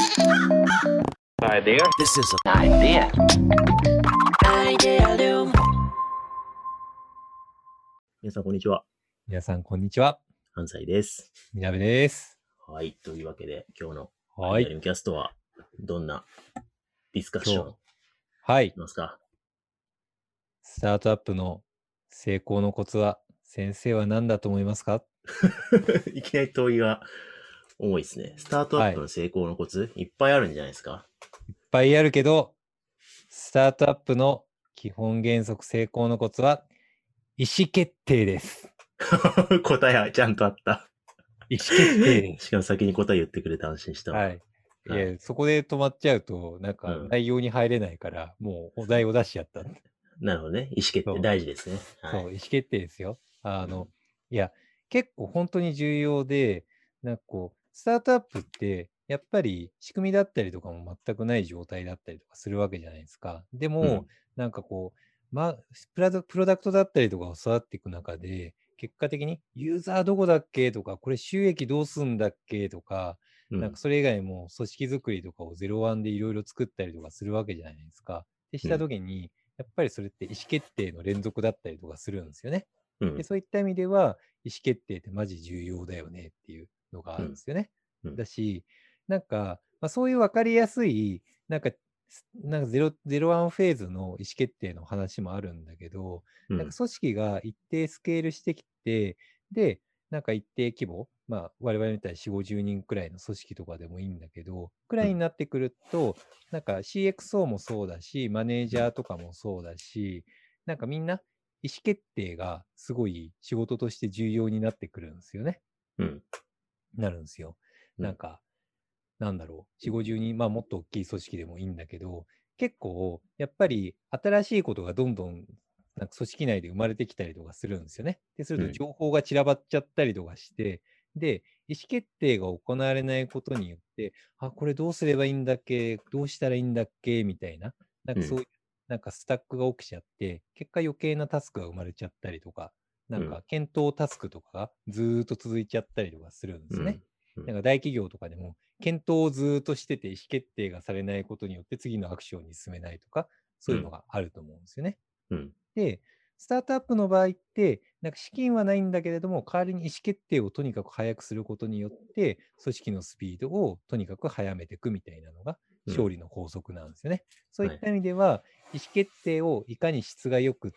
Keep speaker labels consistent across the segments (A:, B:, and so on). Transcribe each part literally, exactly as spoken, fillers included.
A: Idea.
B: This is an idea.
C: Idealum.
D: 皆さん、こんにちは。
E: 皆さん、こんにちは。
D: 関西です。
E: みなべです。
D: はい。というわけで、今日の
E: はい
D: アイデアリムキャストは、どんなディスカッション
E: 今日はい
D: し。ますか？
E: スタートアップの成功のコツは、先生は何だと思いますか？
D: いきなり問いが重いですね。スタートアップの成功のコツ、い、っぱいあるんじゃないですか？
E: いっぱいあるけど、スタートアップの基本原則成功のコツは、意思決定です。
D: 答えはちゃんとあった。
E: 意思決定です。
D: しかも先に答え言ってくれて安心したわ。
E: はい。い
D: はい
E: や、そこで止まっちゃうと、なんか
D: うん
E: 内容に入れないから、もうお題を出しちゃった。
D: なるほどね。意思決定
E: そう
D: 大事ですね。はい。
E: そう、意思決定ですよ。あの、
D: うん
E: いや、結構本当に重要で、なんかこう、スタートアップって、やっぱり仕組みだったりとかも全くない状態だったりとかするわけじゃないですか。でも、
D: うん
E: なんかこう、ま、プラドプロダクトだったりとかを育っていく中で、結果的にユーザーどこだっけとか、これ収益どうすんだっけとか、
D: うん
E: なんかそれ以外も組織づくりとかをゼロワンでいろいろ作ったりとかするわけじゃないですか。でした時に、やっぱりそれって意思決定の連続だったりとかするんですよね。
D: うん
E: でそういった意味では、意思決定ってマジ重要だよねっていうのがあるんですよね。
D: うんうん
E: だし、なんか、まあ、そういう分かりやすい、なんか、すなんかゼロ、ゼロワンフェーズの意思決定の話もあるんだけど、
D: うん
E: なんか組織が一定スケールしてきて、で、なんか一定規模、まあ、我々みたいによんじゅう、ごじゅうにんくらいの組織とかでもいいんだけど、くらいになってくると、なんか シーエックスオー もそうだし、マネージャーとかもそうだし、なんかみんな意思決定がすごい仕事として重要になってくるんですよね。
D: うん
E: なるんですよ。
D: うん
E: なんか、なんだろう、よんじゅう、ごじゅうにん、まあもっと大きい組織でもいいんだけど、結構、やっぱり新しいことがどんどん、なんか組織内で生まれてきたりとかするんですよね。で、する
D: うん
E: と情報が散らばっちゃったりとかして、で、意思決定が行われないことによって、あ、これどうすればいいんだっけ、どうしたらいいんだっけ、みたいな、なんかそういう、なんかスタックが起きちゃって、結果余計なタスクが生まれちゃったりとか、なんか検討タスクとかがずーっと続いちゃったりとかするんですね。
D: うん
E: なんか大企業とかでも、検討をずーっとしてて意思決定がされないことによって次のアクションに進めないとか、そういうのがあると思うんですよね。
D: うん
E: で、スタートアップの場合って、なんか資金はないんだけれども、代わりに意思決定をとにかく早くすることによって、組織のスピードをとにかく早めていくみたいなのが
D: うん
E: 勝利の法則なんですよね。そういっ
D: はい
E: た意味では、意思決定をいかに質が良くって、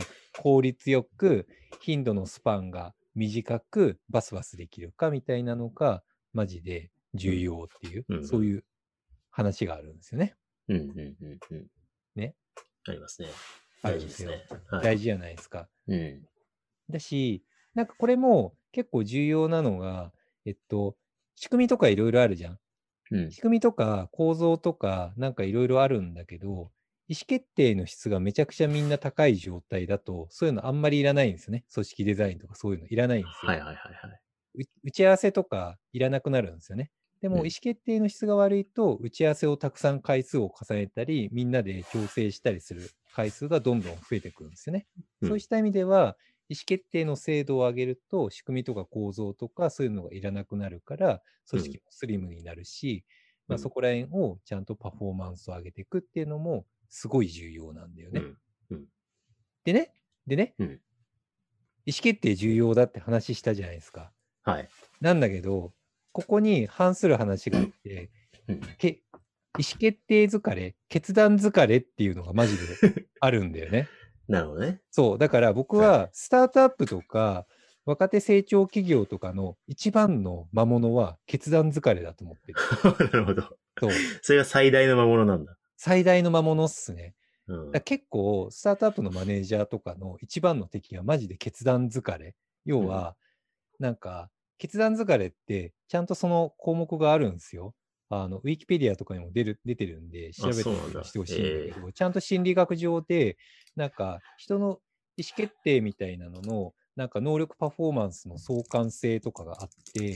E: 効率よく、頻度のスパンが短くバスバスできるかみたいなのが、マジで重要っていう、
D: うんうん
E: そういう話があるんですよね。
D: うんうんうんうん
E: ね。
D: ありますね。
E: あるんですよ
D: 大事ですね。はい
E: 大事じゃないですか。
D: うん
E: だし、なんかこれも結構重要なのが、えっと、仕組みとかいろいろあるじゃん。
D: うん
E: 仕組みとか構造とかなんかいろいろあるんだけど、意思決定の質がめちゃくちゃみんな高い状態だと、そういうのあんまりいらないんですよね。組織デザインとかそういうのいらないんですよ。
D: はいはいはいはい。
E: う打ち合わせとかいらなくなるんですよね。でも
D: うん
E: 意思決定の質が悪いと、打ち合わせをたくさん回数を重ねたり、みんなで調整したりする回数がどんどん増えてくるんですよね。
D: うん
E: そうした意味では、意思決定の精度を上げると、仕組みとか構造とかそういうのがいらなくなるから、組織もスリムになるし、まあ、
D: うん
E: そこら辺をちゃんとパフォーマンスを上げていくっていうのもすごい重要なんだよね。
D: うんうん
E: でね、でね、
D: うん
E: 意思決定重要だって話したじゃないですか。
D: はい。
E: なんだけど、ここに反する話があって、
D: うん
E: け意思決定疲れ、決断疲れっていうのがマジであるんだよね。
D: なるほどね。
E: そう、だから僕はスタートアップとか若手成長企業とかの一番の魔物は決断疲れだと思ってる。
D: なるほど。
E: そう、
D: それが最大の魔物なんだ。
E: 最大の魔物っすね。
D: うん
E: だから結構スタートアップのマネージャーとかの一番の敵はマジで決断疲れ。要は、なんか決断疲れってちゃんとその項目があるんですよ。あのウィキペディアとかにも出る出てるんで調べて
D: そうなんだ
E: してほしいんだけど、ちゃんと心理学上でなんか人の意思決定みたいなののなんか能力パフォーマンスの相関性とかがあって、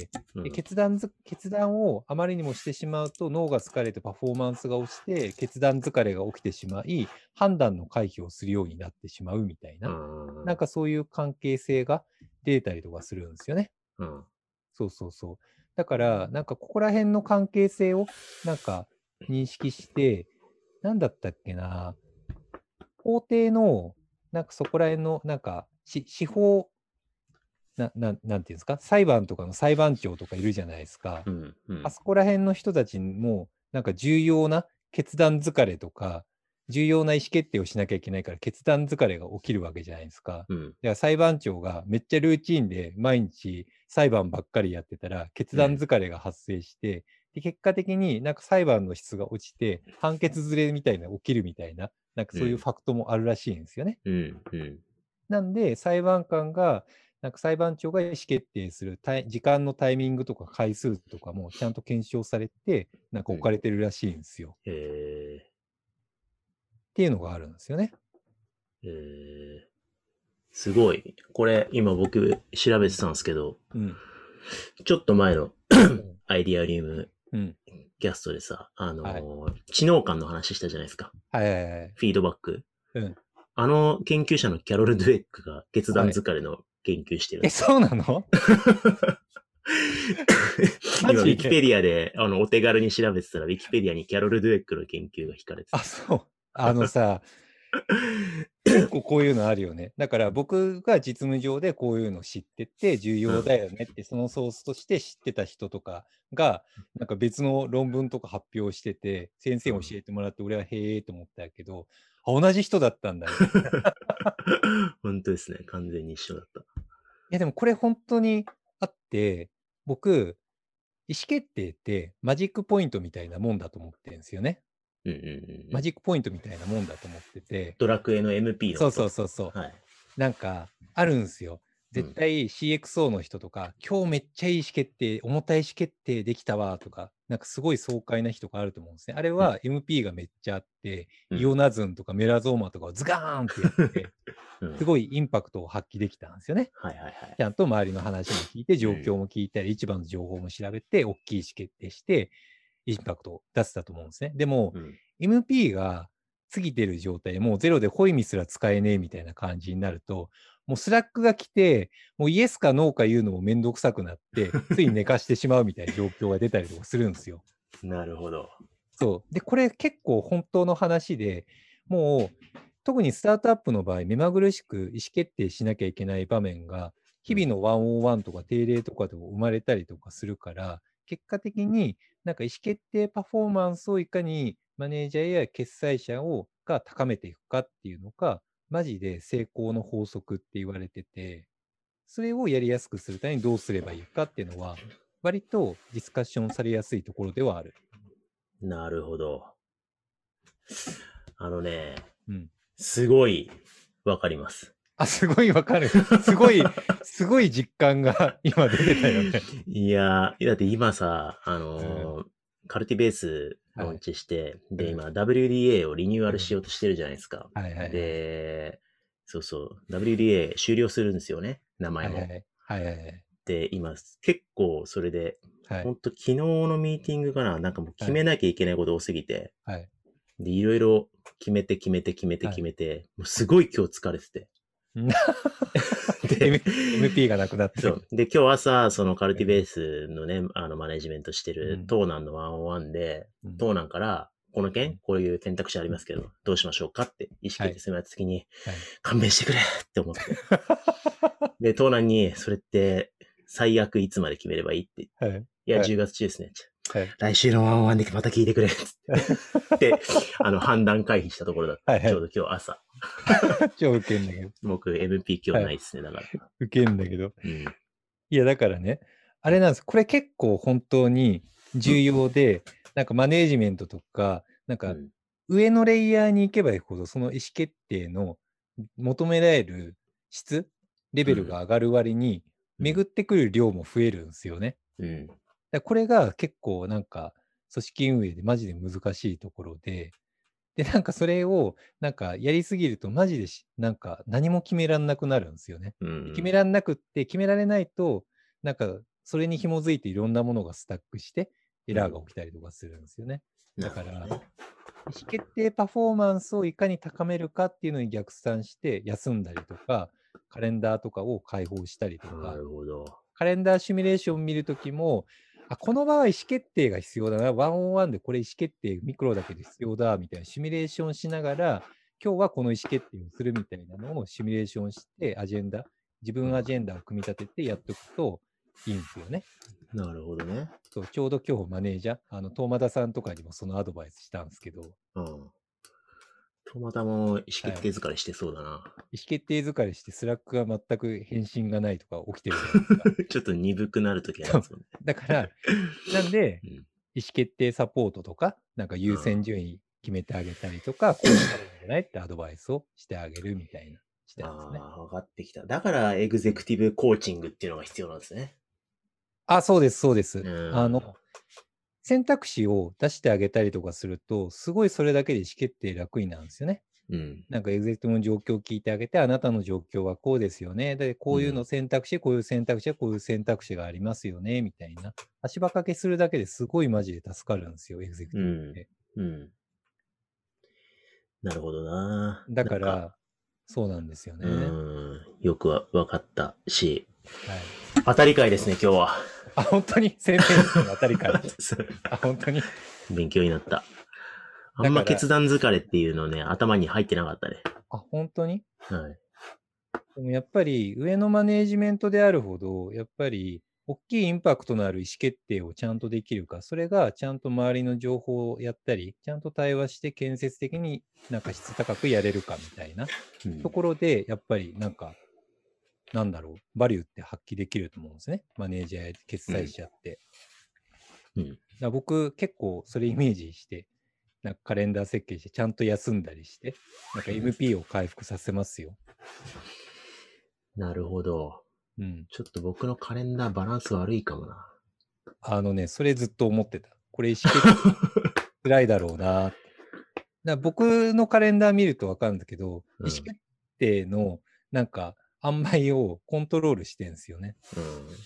D: うん
E: で決断ず決断をあまりにもしてしまうと脳が疲れてパフォーマンスが落ちて決断疲れが起きてしまい判断の回避をするようになってしまうみたいな、
D: うん
E: なんかそういう関係性が出たりとかするんですよね。
D: うん
E: そうそうそう。 だから、なんかここら辺の関係性をなんか認識して、なんだったっけな、法廷の、なんかそこら辺の、なんかし司法な、な、なんていうんですか、裁判とかの裁判長とかいるじゃないですか。
D: うんう
E: あ
D: ん
E: そこら辺の人たちも、なんか重要な決断疲れとか、重要な意思決定をしなきゃいけないから、決断疲れが起きるわけじゃないですか。
D: うん
E: だから裁判長がめっちゃルーチンで毎日裁判ばっかりやってたら、決断疲れが発生して、で結果的になんか裁判の質が落ちて、判決ずれみたいな起きるみたいな、なんかそういうファクトもあるらしいんですよね。
D: うんうん
E: なんで、裁判官が、なんか裁判長が意思決定するタイ時間のタイミングとか回数とかもちゃんと検証されて、なんか
D: うん。
E: 置かれてるらしいんですよ。
D: へえ
E: っていうのがあるんですよね。
D: ー、えー、すごい。これ、今僕調べてたんですけど、
E: うん。
D: ちょっと前の
E: うん
D: アイディアリウム
E: うん。
D: キャストでさ、あの
E: はい。
D: ー知能感の話したじゃないですか。
E: はいはいはい。
D: フィードバック。
E: うん。
D: あの研究者のキャロル・ドゥエックが決断
E: はい。
D: 疲れの研究してるん
E: え、
D: ですよ。
E: そうなのマ
D: 今、ウィ
E: ジで。
D: キペディアで、あの、お手軽に調べてたら、ウィキペディアにキャロル・ドゥエックの研究が引かれて
E: あ、
D: た。
E: そう。あのさ、結構こういうのあるよね。だから僕が実務上でこういうの知ってて重要だよねって、そのソースとして知ってた人とかが、なんか別の論文とか発表してて、先生
D: うん。
E: に教えてもらって、俺はへえと思ったけど、あ、同じ人だったんだみたいな。い
D: 本当ですね。完全に一緒だった。
E: や、でもこれ本当にあって、僕、意思決定ってマジックポイントみたいなもんだと思ってるんですよね。
D: うんうんうんうん。
E: マジックポイントみたいなもんだと思ってて、
D: ドラクエの エムピー の
E: そうそ
D: こと。
E: うそうそう。
D: はい。
E: なんか、あるんですよ。
D: うん。
E: 絶対 シーエックスオー の人とか、今日めっちゃいい意思決定、重たい意思決定できたわとか、なんかすごい爽快な人があると思うんですね。あれ
D: うん。
E: は エムピー がめっちゃあって、
D: うん。
E: イオナズンとかメラゾーマとかをズガーンってやって、
D: うん。
E: すごいインパクトを発揮できたんですよね。
D: はいはいはい。
E: ちゃんと周りの話も聞いて、状況
D: うん。
E: も聞いたり、一番の情報も調べて、大きい意思決定して、インパクトを出せたと思うんですね。でも、
D: うん。
E: エムピー が過ぎてる状態、もうゼロでホイミすら使えねえみたいな感じになると、もうスラックが来て、もうイエスかノーか言うのもめんどくさくなって、つい寝かしてしまうみたいな状況が出たりとかするんですよ。
D: なるほど。
E: そう。で、これ結構本当の話で、もう特にスタートアップの場合、目まぐるしく意思決定しなきゃいけない場面が、日々のワンオーワンとか定例とかでも生まれたりとかするから、結果的になんか意思決定パフォーマンスをいかにマネージャーや決済者をが高めていくかっていうのが、マジで成功の法則って言われてて、それをやりやすくするためにどうすればいいかっていうのは、割とディスカッションされやすいところではある。
D: なるほど。あのね、
E: うん。
D: すごいわかります。
E: あ、すごいわかる。すごい、すごい実感が今出てたよね。
D: いやー、だって今さ、あ
E: うん。
D: のーカルティベースローン
E: はい。
D: チして、で、
E: うん。
D: 今 ダブリューディーエー をリニューアルし
E: うん。
D: ようとしてるじゃないですか。
E: はいはいはい。
D: で、そうそう、ダブリューディーエー 終了するんですよね、名前も。
E: はいはい。はいはいはい。
D: で、今、結構それで、
E: はい。
D: ほんと昨日のミーティングかな、なんかもう決
E: はい。
D: めなきゃいけないこと多すぎて、
E: はい。
D: で、いろいろ決めて決めて決めて
E: はい。
D: 決めて、もうすごい今日疲れてて。で、
E: M- エムピー がなくなって。
D: そう。で、今日朝、そのカルティベー
E: うん。
D: スのね、あの、マネジメントしてる、
E: うん。
D: 東南のワンオンワンで、
E: うん。
D: 東南から、この件、
E: うん。
D: こういう選択肢あり
E: うん。
D: ますけど、どうしましょうかって意思
E: はい。
D: 決定するときに、
E: はい。
D: 勘弁してくれって思って。で、東南に、それって、最悪いつまで決めればいいって言って、
E: はい。
D: いや、
E: はい。
D: じゅうがつ中ですね。
E: はい。
D: 来週のワンオンワンでまた聞いてくれ。つって、あの、判断回避したところだった。
E: はいはい。
D: ちょうど今日朝。
E: 超ウケんだけど。
D: 僕、エムピー 今日
E: はい。
D: ないっすね、だから。
E: ウケんだけど。
D: うん。
E: いや、だからね、あれなんです。これ結構本当に重要で、なんかマネージメントとか、なんか
D: うん。
E: 上のレイヤーに行けば行くほど、その意思決定の求められる質、レベル
D: うん。
E: が上がる割に、
D: うん。
E: 巡ってくる量も増えるんですよね。
D: うん。
E: だからこれが結構なんか、組織運営でマジで難しいところで、で、なんかそれを、なんかやりすぎると、マジでし、なんか何も決めらんなくなるんですよね。
D: う
E: で決め
D: ん。
E: らんなくって、決められないと、なんかそれに紐づいていろんなものがスタックして、エ
D: うん。
E: ラーが起きたりとかするんですよね。だから、
D: なるほどね。
E: 意思決定パフォーマンスをいかに高めるかっていうのに逆算して、休んだりとか、カレンダーとかを開放したりと
D: な
E: か、
D: るほど。
E: カレンダーシミュレーション見るときも、 あ、この場合意思決定が必要だな。ワンオンワンでこれ意思決定ミクロだけで必要だみたいなシミュレーションしながら、今日はこの意思決定をするみたいなのをシミュレーションして、アジェンダ、自分アジェンダを組み立ててやっておくといいんですよね。
D: なるほどね。
E: そうちょうど今日マネージャー、あの、東田さんとかにもそのアドバイスしたんですけど、
D: うん。トマタも意思決定疲れしてそうだな。
E: 意思決定疲れしてスラックが全く返信がないとか起きてるじゃないですか。
D: ちょっと鈍くなるときありますもんね。
E: だから、なんで、
D: うん。
E: 意思決定サポートとか、なんか優
D: うん
E: 先順位決めてあげたりとか、こうしたらいいんじゃないってアドバイスをしてあげるみたいな、してたんですね。
D: ああ、分かってきた。だから、エグゼクティブコーチングっていうのが必要なんですね。
E: あ、そうです、そうです。
D: うん。
E: あの、選択肢を出してあげたりとかすると、すごいそれだけで意思決定楽になるんですよね。
D: うん。
E: なんかエグゼクティブの状況を聞いてあげて、あなたの状況はこうですよね。で、こういうの選択肢、こういう選択肢はこういう選択肢がありますよね、みたいな。足場掛けするだけですごいマジで助かるんですよ、エグゼクテ
D: う
E: ィブっ
D: ん。
E: て。
D: うん。なるほどな。
E: だか
D: なんか、
E: ら、そうなんですよ
D: う
E: ね。
D: ん。よくは分かったし、
E: はい。
D: 当たり会ですね、今日は。
E: あ、本当に宣伝室の当たり会。
D: そう
E: あ、本当に。
D: 勉強になった。あんま
E: だから、
D: 決断疲れっていうのね、頭に入ってなかったね。
E: あ、本当に
D: はい。
E: でもやっぱり上のマネージメントであるほど、やっぱり大きいインパクトのある意思決定をちゃんとできるか、それがちゃんと周りの情報をやったり、ちゃんと対話して建設的になんか質高くやれるかみたいな
D: うん
E: ところで、やっぱりなんか、なんだろう、バリューって発揮できると思うんですね。マネージャーや決済者って。
D: うん。
E: だから僕結構それイメージして、なんかカレンダー設計してちゃんと休んだりして、なんか エムピー を回復させますよ。
D: なるほど。
E: うん。
D: ちょっと僕のカレンダーバランス悪いかもな。
E: あのね、それずっと思ってた。これ意思決定辛いだろうなって。だから僕のカレンダー見るとわかるんだけど、
D: うん
E: 意思決定のなんか塩梅をコントロールしてるんですよね。
D: うん。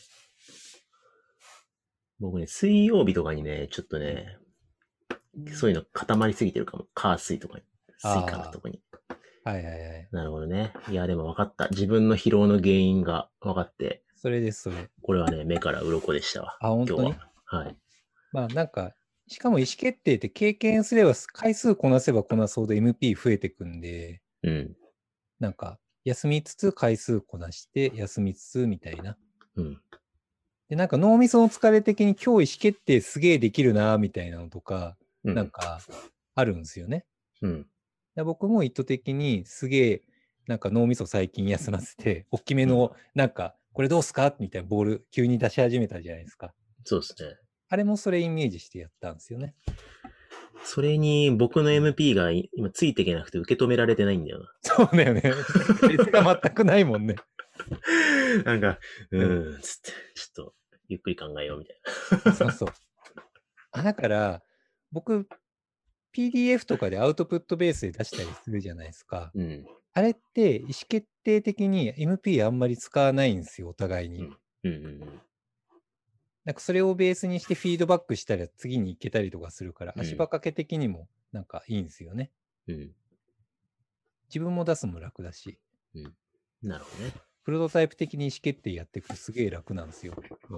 D: 僕ね、水曜日とかにね、ちょっとね、そういうの固まりすぎてるかも。火水とかに。水火のとこに。
E: はいはいはい。
D: なるほどね。いや、でも分かった。自分の疲労の原因が分かって、
E: それです、それ。
D: これはね、目から鱗でしたわ。
E: あ、本当に
D: 今日は。はい。
E: まあなんか、しかも意思決定って経験すれば、回数こなせばこなそうで エムピー 増えてくんで、
D: うん。
E: なんか、休みつつ回数こなして、休みつつみたいな。
D: うん。
E: で、なんか脳みその疲れ的に今日意思決定すげえできるな、みたいなのとか、
D: うん。
E: なんか、あるんですよね。
D: うん。
E: で僕も意図的にすげえ、なんか脳みそ最近休ませて、大きめの、なんか、これどうすかみたいなボール急に出し始めたじゃないですか。
D: そうですね。
E: あれもそれイメージしてやったんですよね。
D: それに僕の エムピー が今ついていけなくて受け止められてないんだよ
E: そうだよね。別が全くないもんね。
D: な。なんか、うーん、つって、ちょっと、ゆっくり考えようみたいな。
E: そうそう。あ、だから、僕、ピーディーエフ とかでアウトプットベースで出したりするじゃないですか。
D: うん。
E: あれって意思決定的に エムピー あんまり使わないんですよ、お互いに。
D: うん。うん。うん
E: なんかそれをベースにしてフィードバックしたら次に行けたりとかするから、
D: うん
E: 足場掛け的にもなんかいいんですよね。
D: うん。
E: 自分も出すのも楽だし、
D: うん。なるほどね。
E: プロトタイプ的に意思決定やっていくとすげえ楽なんですよ。
D: うん。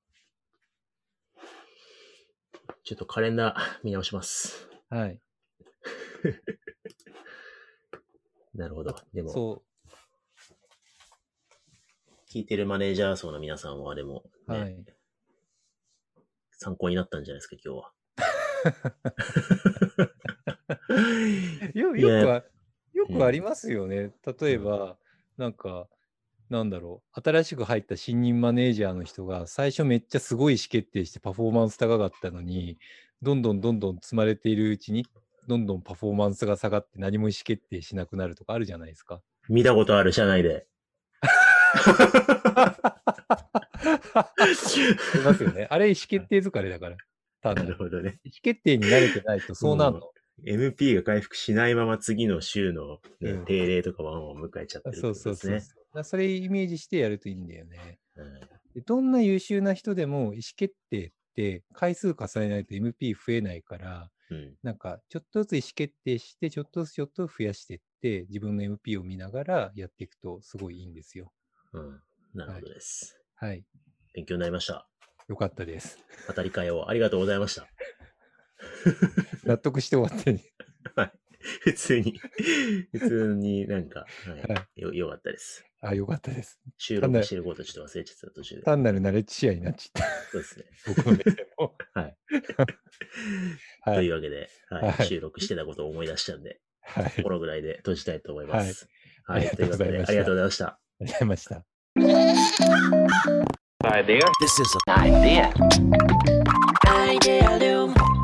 D: ちょっとカレンダー見直します。
E: はい。
D: なるほど。でも、
E: そ
D: 聞いてるマネージャー層の皆さんは、でも、
E: う。
D: ね、
E: はい。
D: 参考になったんじゃないですか、今日は。
E: よ
D: いや、
E: よくは、よ
D: うん
E: くありますよね。例えば、なんか、なんだろう、新しく入った新任マネージャーの人が、最初めっちゃすごい意思決定してパフォーマンス高かったのに、どんどんどんどん積まれているうちに、どんどんパフォーマンスが下がって何も意思決定しなくなるとかあるじゃないですか。
D: 見たことある、社内で。
E: いますよね。あれ意思決定疲れだから。ただ、意
D: なるほどね。
E: 思決定に慣れてないとそうなるの。
D: エムピー が回復しないまま次の週の、ね
E: うん
D: 定例とかワンを迎えちゃってるって
E: そう
D: ことですね。
E: そうそうそう。だからそれイメージしてやるといいんだよね。
D: はい
E: でどんな優秀な人でも意思決定って回数重ねないと エムピー 増えないから、
D: うん
E: なんかちょっとずつ意思決定して、ちょっとずつちょっとずつ増やしていって、自分の エムピー を見ながらやっていくとすごいいいんですよ。
D: うん。なるほどです。
E: はい。
D: 勉強になりました。
E: よかったです。
D: 当たり会をありがとうございました。
E: 納得して終わって、ね、
D: はい。普通に、普通になんか、はい、はい、よ、よかったです。
E: あ、よかったです。
D: 収録してることちょっと忘れちゃった途中で。
E: 単なるナレッジ試合になっちゃった。
D: そうですね。
E: 僕の目線も。
D: はい。というわけで、はい、はい、収録してたことを思い出したんで、はい、このぐらいで閉じたいと思います。はい。はい、というわけで、ありがとうございました。
E: ありがとうございました。
A: Idea. This is an idea. Idea Loom.